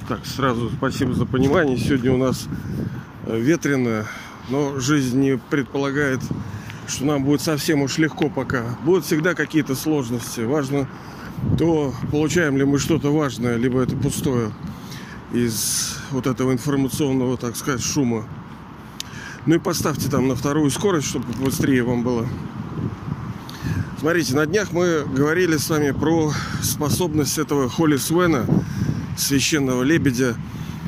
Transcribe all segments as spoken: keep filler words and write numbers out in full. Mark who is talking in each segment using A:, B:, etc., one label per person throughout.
A: Так, сразу спасибо за понимание. Сегодня у нас ветрено, но жизнь не предполагает, что нам будет совсем уж легко пока. Будут всегда какие-то сложности. Важно то, получаем ли мы что-то важное, либо это пустое из вот этого информационного, так сказать, шума. Ну и поставьте там на вторую скорость, чтобы быстрее вам было. Смотрите, на днях мы говорили с вами про способность этого Холли Свена, священного лебедя,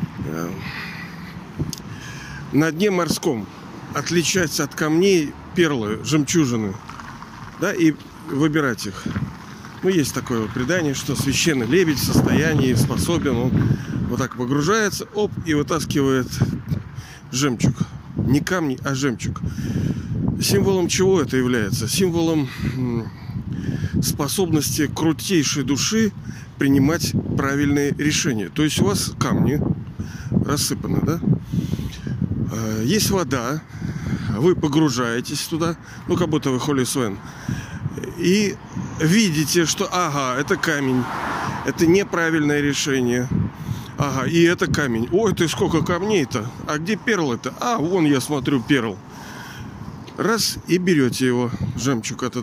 A: на дне морском отличать от камней перлы, жемчужины, да, и выбирать их. Ну, есть такое вот предание, что священный лебедь в состоянии способен, он вот так погружается, оп, и вытаскивает жемчуг. Не камни, а жемчуг. Символом чего это является? Символом способности крутейшей души принимать правильные решения. То есть у вас камни рассыпаны, да? Есть вода, вы погружаетесь туда, ну, как будто вы Холли Свен, и видите, что, ага, это камень, это неправильное решение. Ага, и это камень. Ой, ты сколько камней-то? А где перлы-то? А, вон я смотрю перл. Раз, и берете его, жемчуг этот.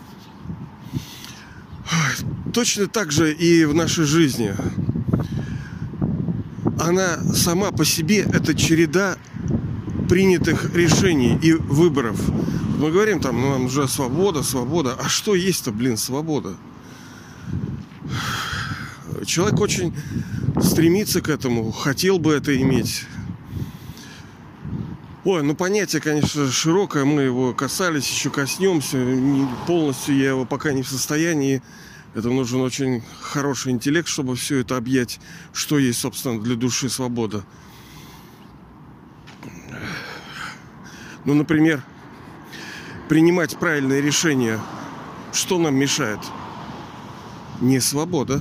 A: Точно так же и в нашей жизни. Она сама по себе — это череда принятых решений и выборов. Мы говорим там, ну, нам уже свобода, свобода. А что есть-то, блин, свобода? Человек очень стремится к этому, хотел бы это иметь. Ой, ну понятие, конечно, широкое, мы его касались, еще коснемся. Не, полностью я его пока не в состоянии. Это нужен очень хороший интеллект, чтобы все это объять, что есть, собственно, для души свобода. Ну, например, принимать правильные решения, что нам мешает? Не свобода.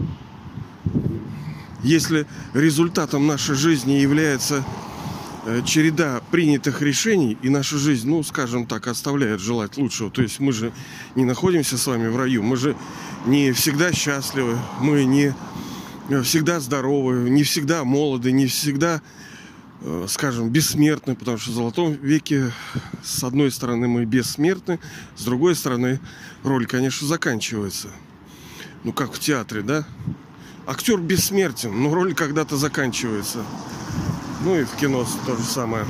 A: Если результатом нашей жизни является череда принятых решений, и наша жизнь, ну, скажем так, оставляет желать лучшего. То есть мы же не находимся с вами в раю, мы же не всегда счастливы, мы не всегда здоровы, не всегда молоды, не всегда, скажем, бессмертны, потому что в золотом веке, с одной стороны, мы бессмертны, с другой стороны, роль, конечно, заканчивается. Ну, как в театре, да? Актер бессмертен, но роль когда-то заканчивается. Ну и в кино то же самое.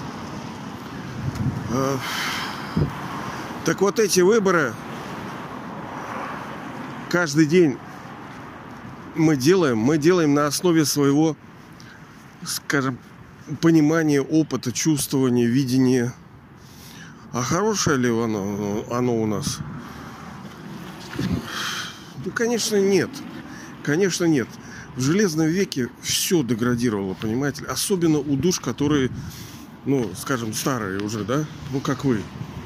A: Так вот, эти выборы каждый день мы делаем, мы делаем на основе своего, скажем, понимания, опыта, чувствования, видения. А хорошее ли оно, оно у нас? Ну, конечно, нет. Конечно, нет. В железном веке все деградировало, понимаете? Особенно у душ, которые, ну, скажем, старые уже, да? Ну, как вы.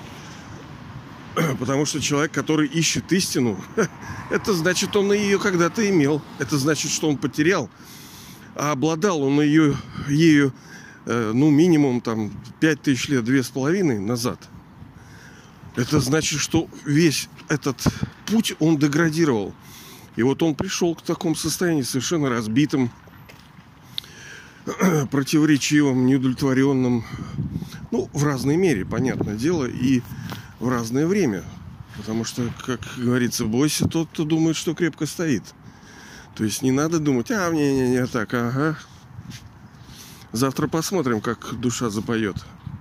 A: Потому что человек, который ищет истину, это значит, он ее когда-то имел. Это значит, что он потерял. А обладал он ее, ею, ну, минимум там пять тысяч лет, две с половиной назад. Это значит, что весь этот путь он деградировал. И вот он пришел к такому состоянию, совершенно разбитым, противоречивым, неудовлетворенным. Ну, в разной мере, понятное дело, и в разное время. Потому что, как говорится, бойся тот, кто думает, что крепко стоит. То есть не надо думать, а, не-не-не, так, ага. Завтра посмотрим, как душа запоет.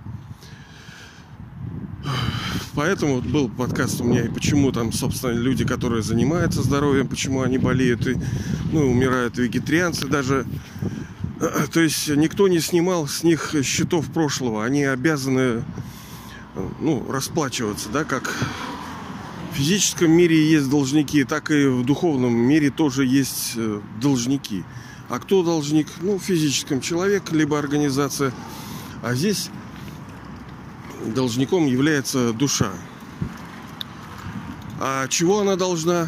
A: Поэтому вот был подкаст у меня, и почему там, собственно, люди, которые занимаются здоровьем, почему они болеют и, ну, умирают вегетарианцы даже. То есть никто не снимал с них счетов прошлого. Они обязаны, ну, расплачиваться, да, как в физическом мире есть должники, так и в духовном мире тоже есть должники. А кто должник? Ну, в физическом человек, либо организация. А здесь должником является душа. А чего она должна?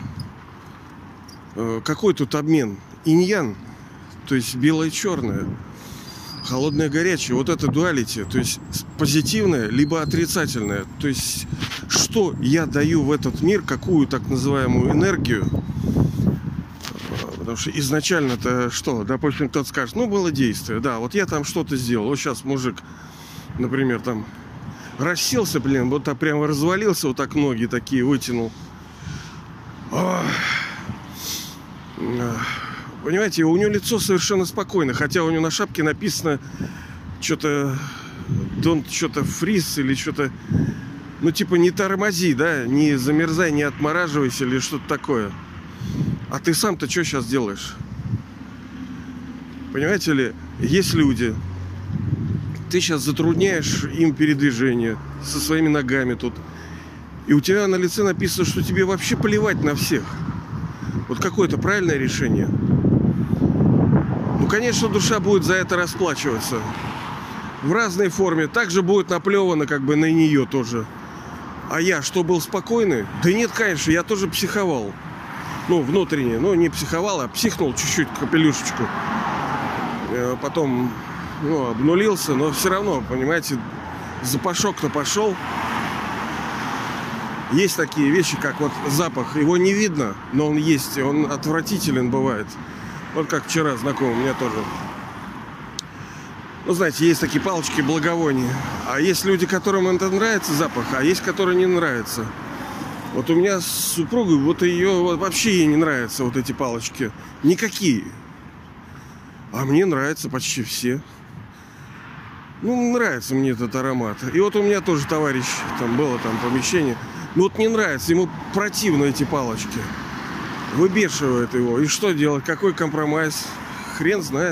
A: Какой тут обмен? Инь-ян, то есть белое-черное, холодное-горячее. Вот это дуалити, то есть позитивное либо отрицательное. То есть что я даю в этот мир, какую так называемую энергию, Потому что изначально-то что? Допустим, кто-то скажет, ну, было действие, да, вот я там что-то сделал. Вот сейчас мужик, например, там расселся, блин, вот так прямо развалился, вот так ноги такие вытянул. Ох. Понимаете, у него лицо совершенно спокойно, хотя у него на шапке написано что-то don't что-то freeze или что-то, ну типа не тормози, да, не замерзай, не отмораживайся или что-то такое. А ты сам-то что сейчас делаешь? Понимаете ли, есть люди, ты сейчас затрудняешь им передвижение со своими ногами тут, и у тебя на лице написано, что тебе вообще плевать на всех. Вот какое-то правильное решение. Ну, конечно, душа будет за это расплачиваться. В разной форме. Также будет наплевано как бы на нее тоже. А я что, был спокойный? Да нет, конечно, я тоже психовал. Ну, внутренне. Ну, не психовал, а психнул чуть-чуть, капелюшечку. Потом, ну, обнулился. Но все равно, понимаете, запашок-то пошел. Есть такие вещи, как вот запах. Его не видно, но он есть. Он отвратителен бывает. Вот как вчера знакомый у меня тоже. Ну, знаете, есть такие палочки благовония. А есть люди, которым это нравится запах, а есть, которые не нравятся. Вот у меня с супругой, вот ее вот, вообще ей не нравятся вот эти палочки. Никакие. А мне нравятся почти все. Ну, нравится мне этот аромат. И вот у меня тоже товарищ, там было там помещение. Ну вот не нравится, ему противно эти палочки. Выбешивает его. И что делать? Какой компромисс? Хрен знает.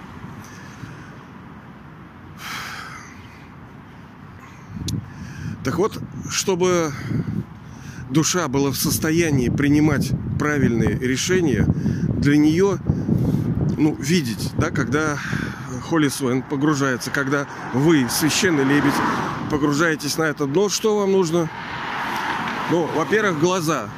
A: Так вот, чтобы душа была в состоянии принимать правильные решения, для нее, ну, видеть, да, когда Holy Swan погружается, когда вы, священный лебедь, погружаетесь на это дно, что вам нужно? Ну, во-первых, глаза.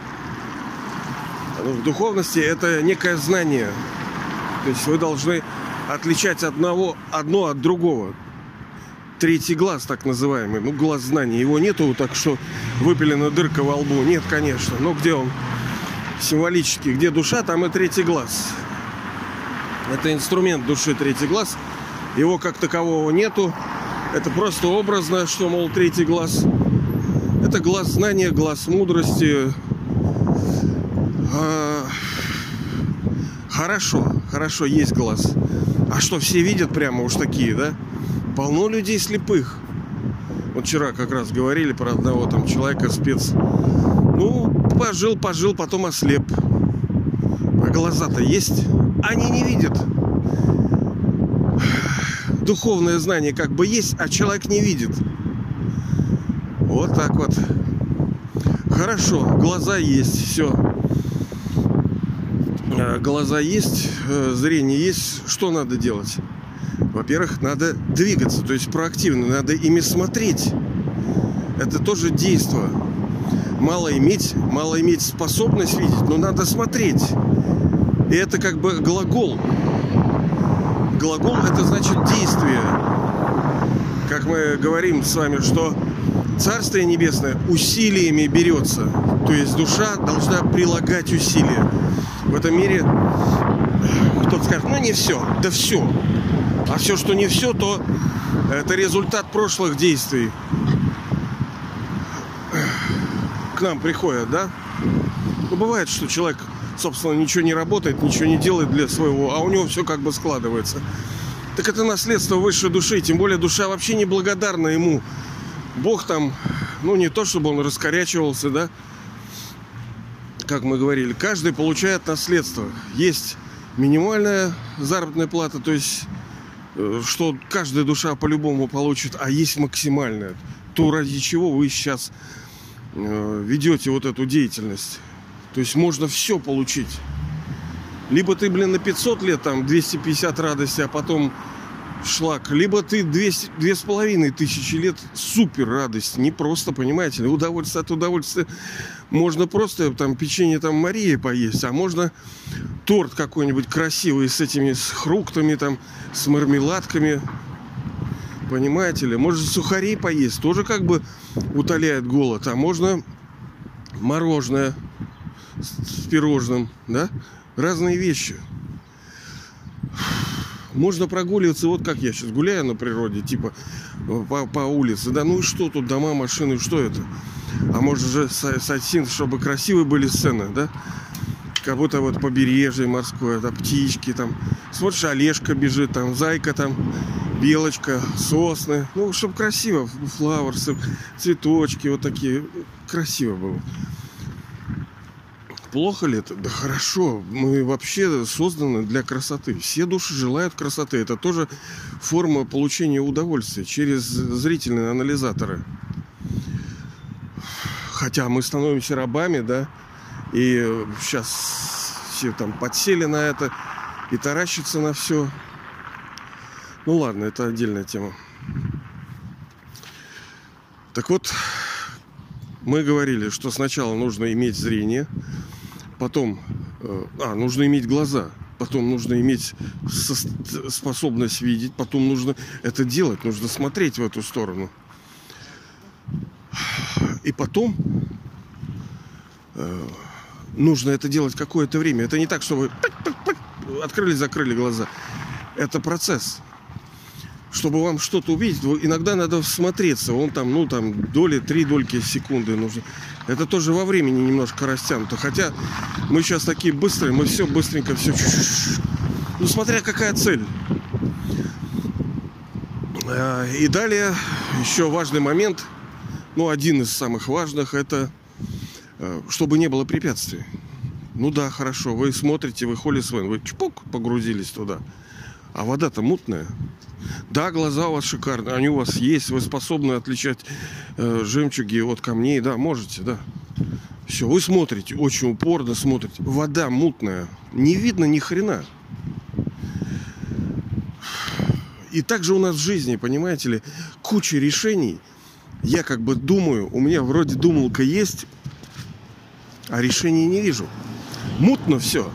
A: В духовности это некое знание. То есть вы должны отличать одного, одно от другого. Третий глаз, так называемый. Ну, глаз знания. Его нету, так что выпилена дырка во лбу. Нет, конечно. Но где он? Символически. Где душа, там и третий глаз. Это инструмент души, третий глаз. Его как такового нету. Это просто образно, что, мол, третий глаз. Это глаз знания, глаз мудрости. А, хорошо, хорошо, есть глаз. А что, все видят прямо уж такие, да? Полно людей слепых. Вот вчера как раз говорили про одного там человека, спец. Ну, пожил, пожил, потом ослеп. А глаза-то есть? Они не видят. Духовное знание как бы есть, а человек не видит. Вот так вот. Хорошо, глаза есть, все. Глаза есть, зрение есть. Что надо делать? Во-первых, надо двигаться, то есть проактивно. Надо ими смотреть. Это тоже действие. Мало иметь, мало иметь способность видеть, но надо смотреть. И это как бы глагол. Глагол – это значит действие. Как мы говорим с вами, что Царствие Небесное усилиями берется. То есть душа должна прилагать усилия. В этом мире кто-то скажет, ну не все, да все. А все, что не все, то это результат прошлых действий. К нам приходят, да? Ну, бывает, что человек, собственно, ничего не работает, ничего не делает для своего, а у него все как бы складывается. Так это наследство высшей души, тем более душа вообще не благодарна ему. Бог там, ну не то, чтобы он раскорячивался, да? Как мы говорили, каждый получает наследство. Есть минимальная заработная плата, то есть, что каждая душа по-любому получит, а есть максимальная. То, ради чего вы сейчас ведете вот эту деятельность. То есть можно все получить. Либо ты, блин, на пятьсот лет, там, двести пятьдесят радости, а потом шлак. Либо ты двести, две с половиной тысячи лет супер радость. Не просто, понимаете, удовольствие от удовольствия. Можно просто там печенье там Марии поесть, а можно торт какой-нибудь красивый с этими с фруктами, там, с мармеладками. Понимаете ли? Можно сухарей поесть, тоже как бы утоляет голод. А можно мороженое с пирожным, да? разные вещи. Можно прогуливаться, вот как я сейчас гуляю на природе, типа по, по улице, да, ну и что тут, дома, машины, что это? А может же сайтсинг, чтобы красивые были сцены, да? Как будто вот побережье морское, да, птички там. Смотришь, Олежка бежит, там, зайка там, белочка, сосны. Ну, чтобы красиво, флауэрсы, цветочки вот такие. Красиво было. Плохо ли это? Да хорошо. Мы вообще созданы для красоты. Все души желают красоты. Это тоже форма получения удовольствия через зрительные анализаторы. Хотя мы становимся рабами, да, и сейчас все там подсели на это и таращатся на все. Ну ладно, это отдельная тема. Так вот, мы говорили, что сначала нужно иметь зрение, потом, а, нужно иметь глаза, потом нужно иметь со- способность видеть, потом нужно это делать, нужно смотреть в эту сторону. И потом э, нужно это делать какое-то время. Это не так, что вы открыли-закрыли глаза. Это процесс. Чтобы вам что-то увидеть, иногда надо всмотреться. Он там, ну там, доли, три дольки секунды нужно. Это тоже во времени немножко растянуто. Хотя мы сейчас такие быстрые, мы все быстренько, все. Ну, смотря какая цель. И далее еще важный момент. Ну, один из самых важных, это чтобы не было препятствий. Ну да, хорошо, вы смотрите, вы Холли Свен, вы чпок погрузились туда, а вода-то мутная. Да, глаза у вас шикарные, они у вас есть, вы способны отличать э, жемчуги от камней, да, можете, да. Все, вы смотрите, очень упорно смотрите. Вода мутная, не видно ни хрена. И также у нас в жизни, понимаете ли, куча решений. Я как бы думаю, у меня вроде думалка есть, а решений не вижу. Мутно все.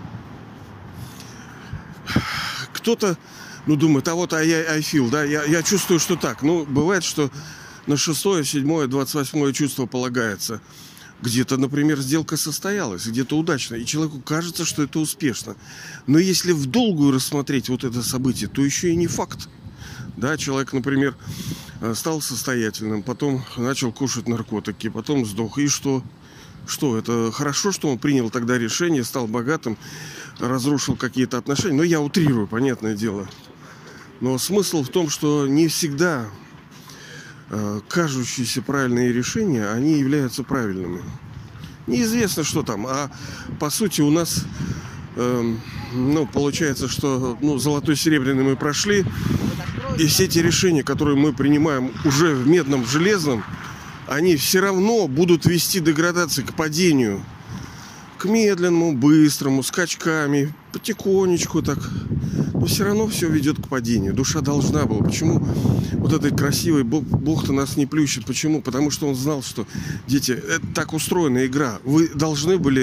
A: Кто-то, ну, думает, а вот I, I feel, да, я, я чувствую, что так. Ну, бывает, что на шестое, седьмое, двадцать восьмое чувство полагается. Где-то, например, сделка состоялась, где-то удачно, и человеку кажется, что это успешно. Но если в долгую рассмотреть вот это событие, то еще и не факт. Да, человек, например, стал состоятельным, потом начал кушать наркотики, потом сдох. И что? Что? Это хорошо, что он принял тогда решение, стал богатым, разрушил какие-то отношения. Но я утрирую, понятное дело. Но смысл в том, что не всегда э, кажущиеся правильные решения, они являются правильными. Неизвестно, что там. А по сути у нас, э, ну, получается, что ну, золотой, серебряный мы прошли. И все эти решения, которые мы принимаем уже в медном, в железном, они все равно будут вести деградации к падению. К медленному, быстрому, скачками, потихонечку так. Но все равно все ведет к падению. Душа должна была. Почему вот этот красивый Бог, Бог-то нас не плющит? Почему? Потому что Он знал, что, дети, это так устроена игра. Вы должны были,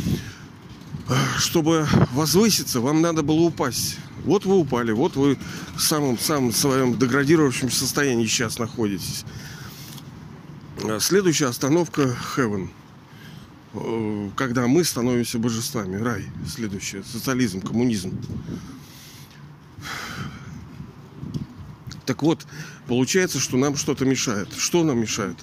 A: чтобы возвыситься, вам надо было упасть. Вот вы упали, вот вы в самом-самом своем деградирующем состоянии сейчас находитесь. Следующая остановка — Heaven. Когда мы становимся божествами. Рай. Следующее. Социализм, коммунизм. Так вот, получается, что нам что-то мешает. Что нам мешает?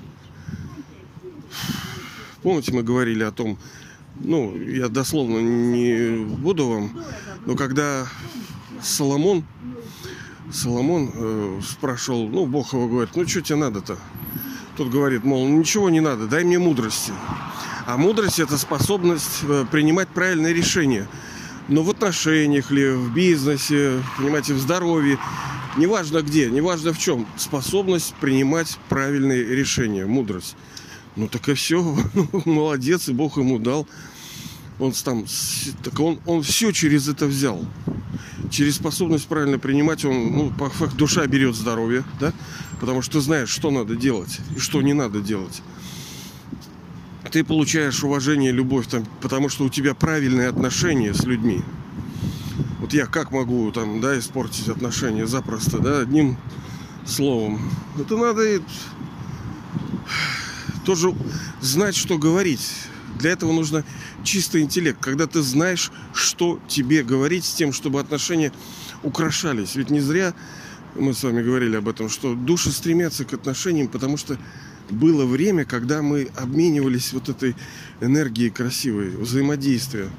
A: Помните, мы говорили о том, ну, я дословно не буду вам, но когда Соломон, Соломон э, спрашивал, ну, Бог его говорит, ну, что тебе надо-то? Тот говорит, мол, ничего не надо, дай мне мудрости. А мудрость — это способность принимать правильные решения. Но в отношениях ли, в бизнесе, понимаете, в здоровье, неважно где, неважно в чем, способность принимать правильные решения, мудрость. Ну так и все, молодец, и Бог ему дал. Он там, так он, он все через это взял. Через способность правильно принимать, он, ну, по факту, душа берет здоровье, да? Потому что ты знаешь, что надо делать и что не надо делать. Ты получаешь уважение, любовь, там, потому что у тебя правильные отношения с людьми. Вот я как могу там, да, испортить отношения запросто, да, одним словом. Это надо и тоже знать, что говорить. Для этого нужно чистый интеллект, когда ты знаешь, что тебе говорить с тем, чтобы отношения украшались. Ведь не зря мы с вами говорили об этом, что души стремятся к отношениям, потому что было время, когда мы обменивались вот этой энергией красивой, взаимодействия.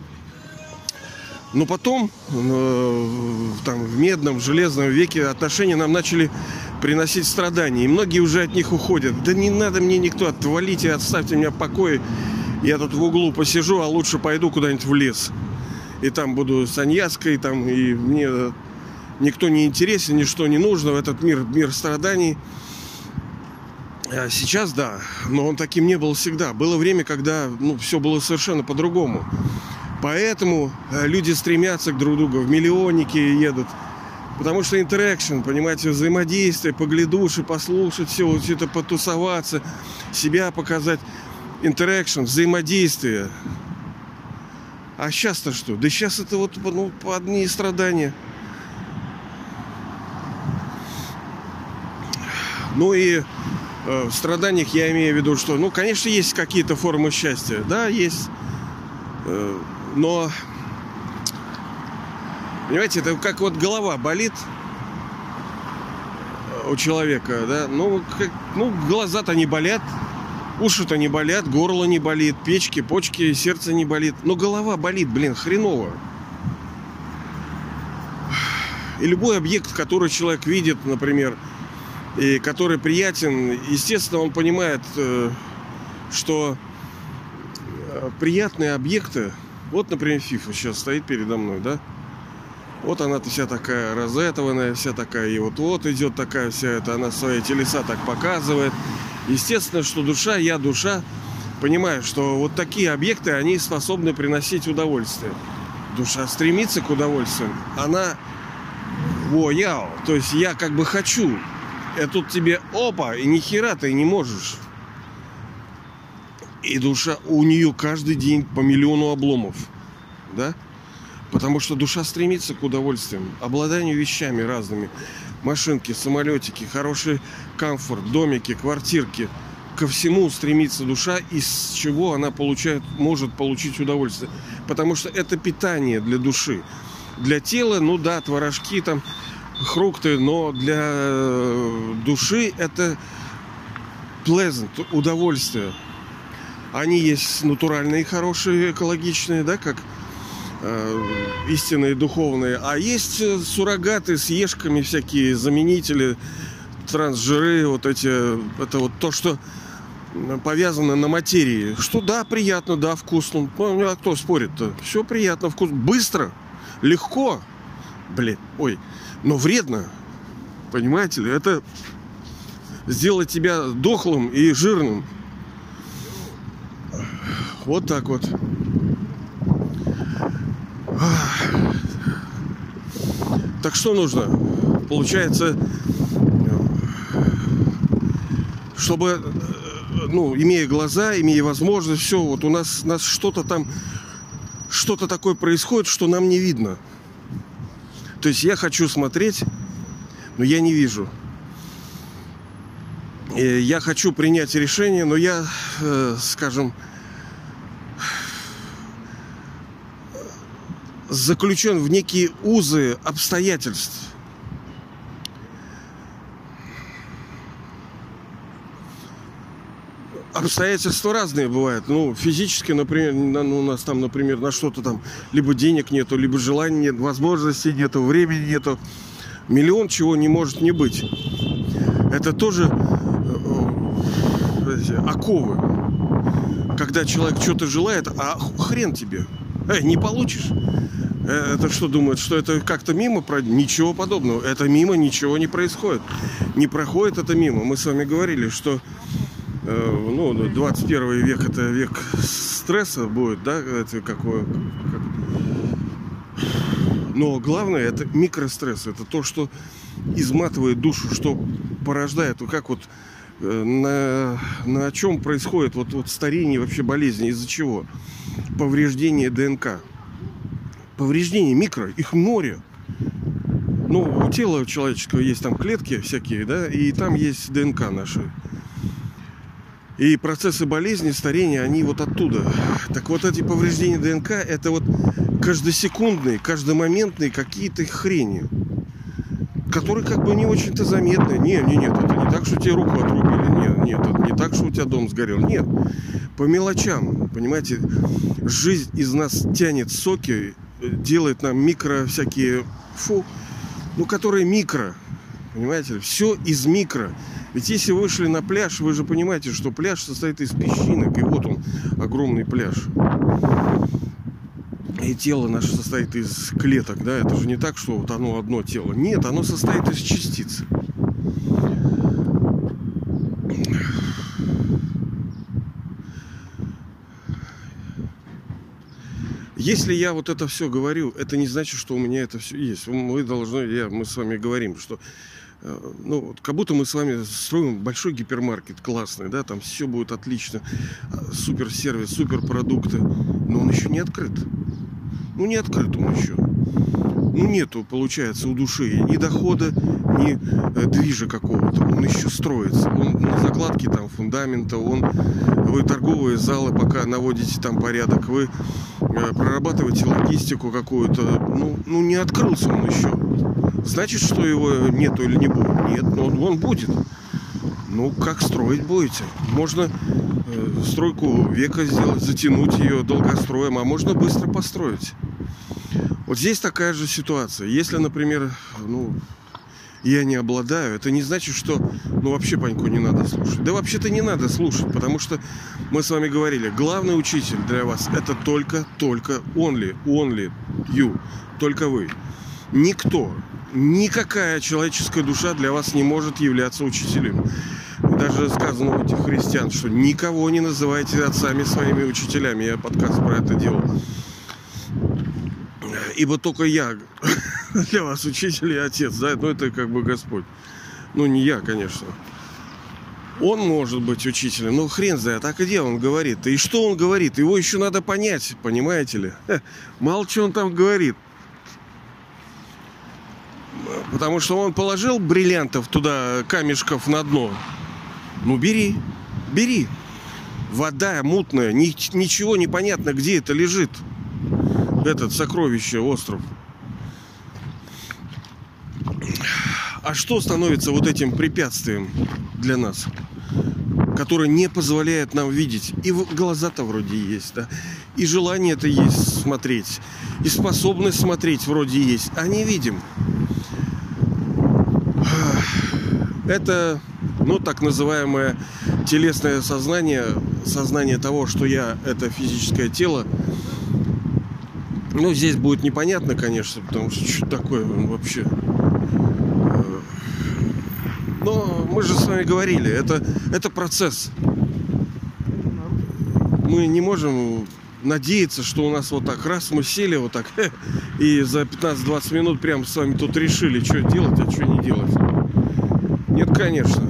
A: Но потом, э, там, в медном, в железном веке отношения нам начали приносить страдания. И многие уже от них уходят. Да не надо мне никто, отвалите, отставьте меня в покое. Я тут в углу посижу, а лучше пойду куда-нибудь в лес. И там буду саньяской, там, и мне никто не интересен, ничто не нужно в этот мир, мир страданий. А сейчас, да, но он таким не был всегда. Было время, когда, ну, все было совершенно по-другому. Поэтому люди стремятся к друг другу, в миллионники едут. Потому что интеракшн, понимаете, взаимодействие, поглядуши, послушать все, вот это потусоваться, себя показать. Интеракшн, взаимодействие. А сейчас-то что? Да сейчас это вот, ну, одни страдания. Ну и э, в страданиях я имею в виду, что, ну, конечно, есть какие-то формы счастья. Да, есть. Э, но, понимаете, это как вот голова болит у человека, да, ну, как, ну, глаза-то не болят, уши-то не болят, горло не болит, печки, почки, сердце не болит, но голова болит, блин, хреново. И любой объект, который человек видит, например, и который приятен, естественно, он понимает, что приятные объекты, вот, например, фифа сейчас стоит передо мной, да, вот она-то вся такая розетованная, вся такая, и вот-вот идет такая вся эта, она свои телеса так показывает. Естественно, что душа, я душа, понимаю, что вот такие объекты, они способны приносить удовольствие. Душа стремится к удовольствию. Она, во, я, то есть я как бы хочу. И тут тебе, опа, и ни хера ты не можешь. И душа, у нее каждый день по миллиону обломов, да? Потому что душа стремится к удовольствиям, обладанию вещами разными. Машинки, самолетики, хороший комфорт, домики, квартирки. Ко всему стремится душа, из чего она получает, может получить удовольствие. Потому что это питание для души. Для тела, ну да, творожки там, фрукты, но для души это pleasant, удовольствие. Они есть натуральные, хорошие, экологичные, да, как э, истинные, духовные. А есть суррогаты с ешками всякие, заменители, трансжиры, вот эти, это вот то, что повязано на материи. Что да, приятно, да, вкусно. Ну, а кто спорит-то? Все приятно, вкусно. Быстро, легко. Блин, ой, но вредно. Понимаете ли? Это сделать тебя дохлым и жирным. Вот так вот. Так что нужно? Получается, чтобы, ну, имея глаза, имея возможность, все, вот у нас, у нас что-то там, что-то такое происходит, что нам не видно. То есть я хочу смотреть, но я не вижу. И я хочу принять решение, но я, э, скажем, заключен в некие узы обстоятельств. Обстоятельства разные бывают. Ну, физически, например, ну, у нас там, например, на что-то там либо денег нету, либо желания нет, возможностей нету, времени нету. Миллион чего не может не быть. Это тоже э, оковы. Когда человек что-то желает, а хрен тебе. Эй, не получишь. Это что думают, что это как-то мимо пройдет? Ничего подобного. Это мимо ничего не происходит. Не проходит это мимо. Мы с вами говорили, что э, ну, двадцать первый век это век стресса будет, да? Это какое, как... Но главное это микростресс. Это то, что изматывает душу, что порождает, как вот э, на, на чем происходит вот, вот старение вообще болезни, из-за чего? Повреждение ДНК. Повреждения микро, их море. Ну, у тела человеческого есть там клетки всякие, да, и там есть ДНК наши. И процессы болезни, старения, они вот оттуда. Так вот эти повреждения ДНК, это вот каждосекундные, каждомоментные какие-то хрени, которые как бы не очень-то заметны. Не, не, нет, это не так, что тебе руку отрубили. Нет, нет, это не так, что у тебя дом сгорел. Нет, по мелочам, понимаете, жизнь из нас тянет соки, делает нам микро всякие, фу, ну, которые микро, понимаете, все из микро. Ведь если вы вышли на пляж, вы же понимаете, что пляж состоит из песчинок, и вот он, огромный пляж. И тело наше состоит из клеток, да, это же не так, что вот оно одно тело. Нет, оно состоит из частиц. Если я вот это все говорю, это не значит, что у меня это все есть. Мы должны, я, мы с вами говорим, что ну, вот, как будто мы с вами строим большой гипермаркет классный, да, там все будет отлично, супер сервис, супер продукты, но он еще не открыт. Ну, не открыт он еще. Ну, нету, получается, у души ни дохода, ни э, движа какого-то. Он еще строится. Он на закладке там фундамента, он, вы торговые залы пока наводите там порядок, вы э, прорабатываете логистику какую-то. Ну, ну, не открылся он еще. Значит, что его нету или не будет? Нет, но он, он будет. Ну, как строить будете? Можно э, стройку века сделать, затянуть ее долгостроем, а можно быстро построить. Вот здесь такая же ситуация. Если, например, ну, я не обладаю, это не значит, что ну, вообще Паньку не надо слушать. Да вообще-то не надо слушать, потому что мы с вами говорили, главный учитель для вас это только, только only, only you, только вы. Никто, никакая человеческая душа для вас не может являться учителем. Даже сказано у этих христиан, что никого не называйте отцами своими учителями. Я подкаст про это делал. Ибо только я для вас учитель и отец, да, ну это как бы Господь. Ну не я, конечно. Он может быть учителем, но хрен знает, а где он говорит? И что он говорит? Его еще надо понять, понимаете ли? Мало что он там говорит. Потому что он положил бриллиантов туда, камешков на дно. Ну бери, бери. Вода мутная, ни, ничего не понятно, где это лежит. Этот сокровище, остров. А что становится вот этим препятствием для нас, которое не позволяет нам видеть? И глаза-то вроде есть, да, и желание-то есть смотреть, и способность смотреть вроде есть, а не видим. Это, ну, так называемое телесное сознание, сознание того, что я – это физическое тело. Ну, здесь будет непонятно, конечно, потому что что такое вообще. Но мы же с вами говорили, это, это процесс. Мы не можем надеяться, что у нас вот так раз мы сели вот так и за пятнадцать-двадцать минут прям с вами тут решили, что делать, а что не делать. Нет, конечно.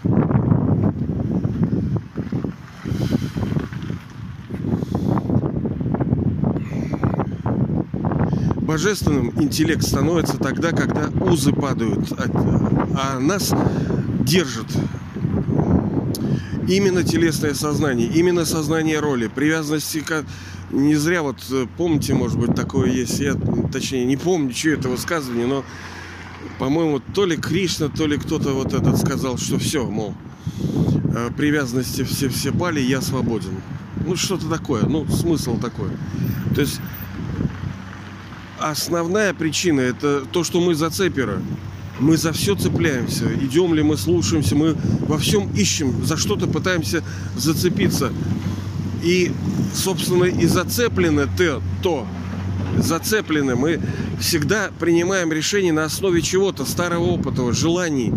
A: Божественным интеллект становится тогда, когда узы падают, а нас держит именно телесное сознание, именно сознание роли, привязанности к... Не зря вот, помните, может быть, такое есть, я, точнее, не помню, чье это высказывание, но, по-моему, то ли Кришна, то ли кто-то вот этот сказал, что все, мол, привязанности все, все пали, я свободен. Ну, что-то такое, ну, смысл такой. То есть основная причина – это то, что мы за цепера. Мы за все цепляемся. Идем ли мы, слушаемся, мы во всем ищем, за что-то пытаемся зацепиться. И, собственно, и зацеплены то, то, зацеплены. Мы всегда принимаем решение на основе чего-то, старого опыта, желаний.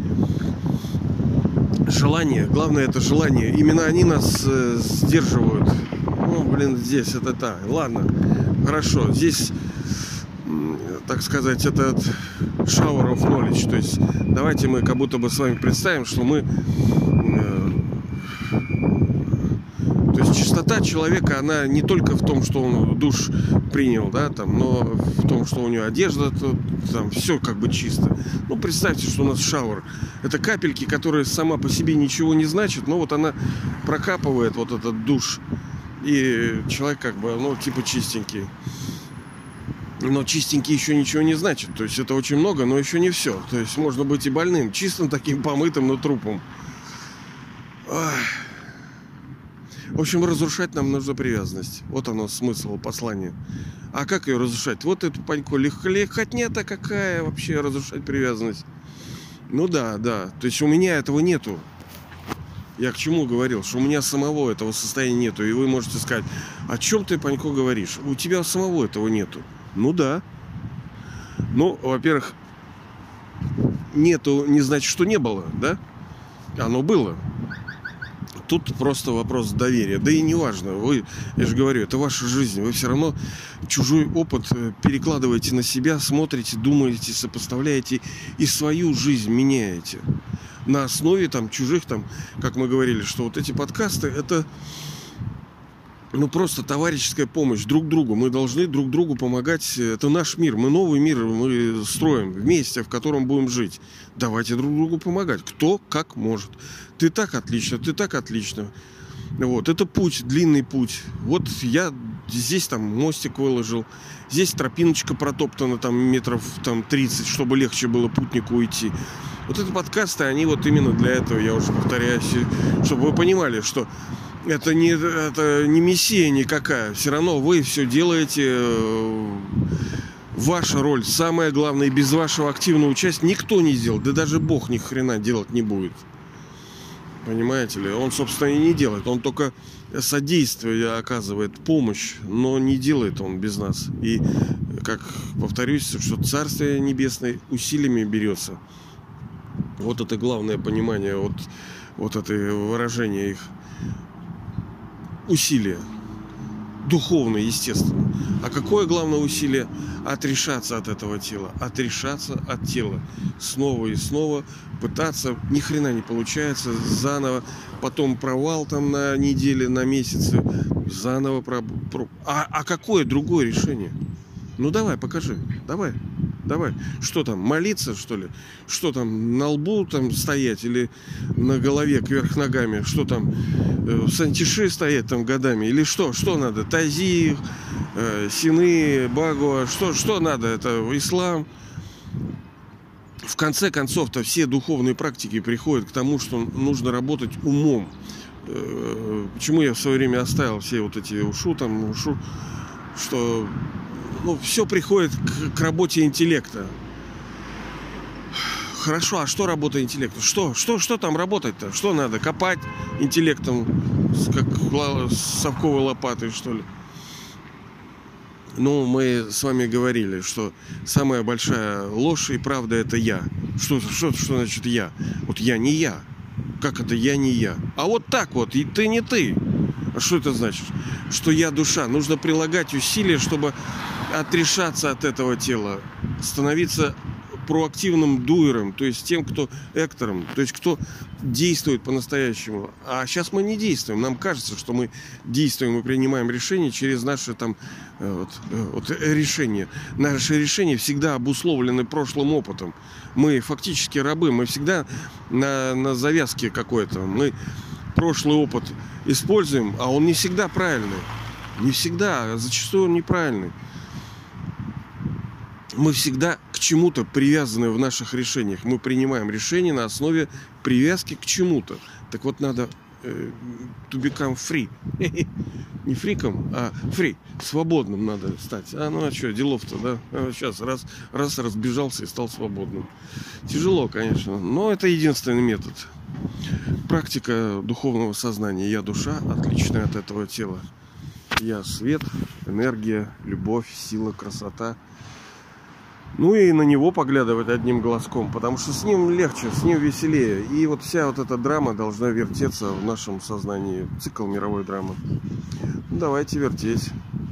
A: Желание, главное это желание. Именно они нас э, сдерживают. Ну, блин, здесь это так. Ладно, хорошо. Здесь, так сказать, это shower of knowledge. То есть давайте мы как будто бы с вами представим, что мы То есть чистота человека, она не только в том, что он душ принял, да, там, но в том, что у него одежда, там все как бы чисто. Ну, представьте, что у нас шауэр. Это капельки, которые сама по себе ничего не значат, но вот она прокапывает вот этот душ. И человек как бы, ну, типа чистенький. Но чистенький еще ничего не значит. То есть это очень много, но еще не все. То есть можно быть и больным, чистым таким помытым, но трупом. Ах. В общем, разрушать нам нужна привязанность. Вот оно, смысл послания. А как ее разрушать? Вот эту паньку легкотня-то какая вообще разрушать привязанность. Ну да, да. То есть у меня этого нету. Я к чему говорил? Что у меня самого этого состояния нету. И вы можете сказать, о чем ты, Панько, говоришь? У тебя самого этого нету. Ну да. Ну, во-первых, нету не значит, что не было, да? Оно было. Тут просто вопрос доверия. Да и не важно. Вы, я же говорю, это ваша жизнь. Вы все равно чужой опыт перекладываете на себя, смотрите, думаете, сопоставляете и свою жизнь меняете. На основе там чужих, там, как мы говорили, что вот эти подкасты, это ну просто товарищеская помощь друг другу. Мы должны друг другу помогать. Это наш мир. Мы новый мир мы строим вместе, в котором будем жить. Давайте друг другу помогать. Кто как может. Ты так отлично, ты так отлично. Вот, это путь, длинный путь. Вот я здесь там мостик выложил. Здесь тропиночка протоптана там метров там тридцать, чтобы легче было путнику уйти. Вот эти подкасты, они вот именно для этого, я уже повторяюсь, чтобы вы понимали, что это не, это не мессия никакая. Все равно вы все делаете. Ваша роль, самое главное, и без вашего активного участия никто не сделает. Да даже Бог ни хрена делать не будет. Понимаете ли? Он, собственно, и не делает. Он только содействие оказывает, помощь, но не делает он без нас. И, как повторюсь, что Царствие Небесное усилиями берется. Вот это главное понимание, вот, вот это выражение их. Усилия. Духовное, естественно. А какое главное усилие? Отрешаться от этого тела. Отрешаться от тела. Снова и снова пытаться. Ни хрена не получается. Заново. Потом провал там на неделе, на месяцы. Заново. Про... А, а какое другое решение? Ну давай, покажи. Давай. Давай. Что там, молиться, что ли? Что там, на лбу там стоять или на голове кверх ногами? Что там, э, сантиши стоять там годами? Или что? Что надо? Тази, э, сины, багуа. Что, что надо? Это ислам. В конце концов-то все духовные практики приходят к тому, что нужно работать умом. Э, почему я в свое время оставил все вот эти ушу там, ушу, что... Ну, все приходит к, к работе интеллекта. Хорошо, а что работа интеллекта? Что, что, что там работать-то? Что надо? Копать интеллектом, как с совковой лопатой, что ли? Ну, мы с вами говорили, что самая большая ложь и правда — это я. Что, что, что значит я? Вот я не я. Как это я не я? А вот так вот, и ты не ты. А что это значит? Что я душа. Нужно прилагать усилия, чтобы отрешаться от этого тела, становиться проактивным дуэром, то есть тем, кто эктором, то есть кто действует по-настоящему. А сейчас мы не действуем. Нам кажется, что мы действуем и принимаем решения через наши там вот, вот, решения. Наши решения всегда обусловлены прошлым опытом. Мы фактически рабы. Мы всегда на, на завязке какой-то. Мы прошлый опыт используем, а он не всегда правильный. Не всегда, а зачастую он неправильный. Мы всегда к чему-то привязаны в наших решениях. Мы принимаем решения на основе привязки к чему-то. Так вот, надо э, to become free. Не фриком, а free. Свободным надо стать. А ну а что, делов-то, да? А, сейчас раз, раз разбежался и стал свободным. Тяжело, конечно, но это единственный метод. Практика духовного сознания. Я душа, отличная от этого тела. Я свет, энергия, любовь, сила, красота. Ну и на него поглядывать одним глазком, потому что с ним легче, с ним веселее. И вот вся вот эта драма должна вертеться в нашем сознании. Цикл мировой драмы. Давайте вертеть.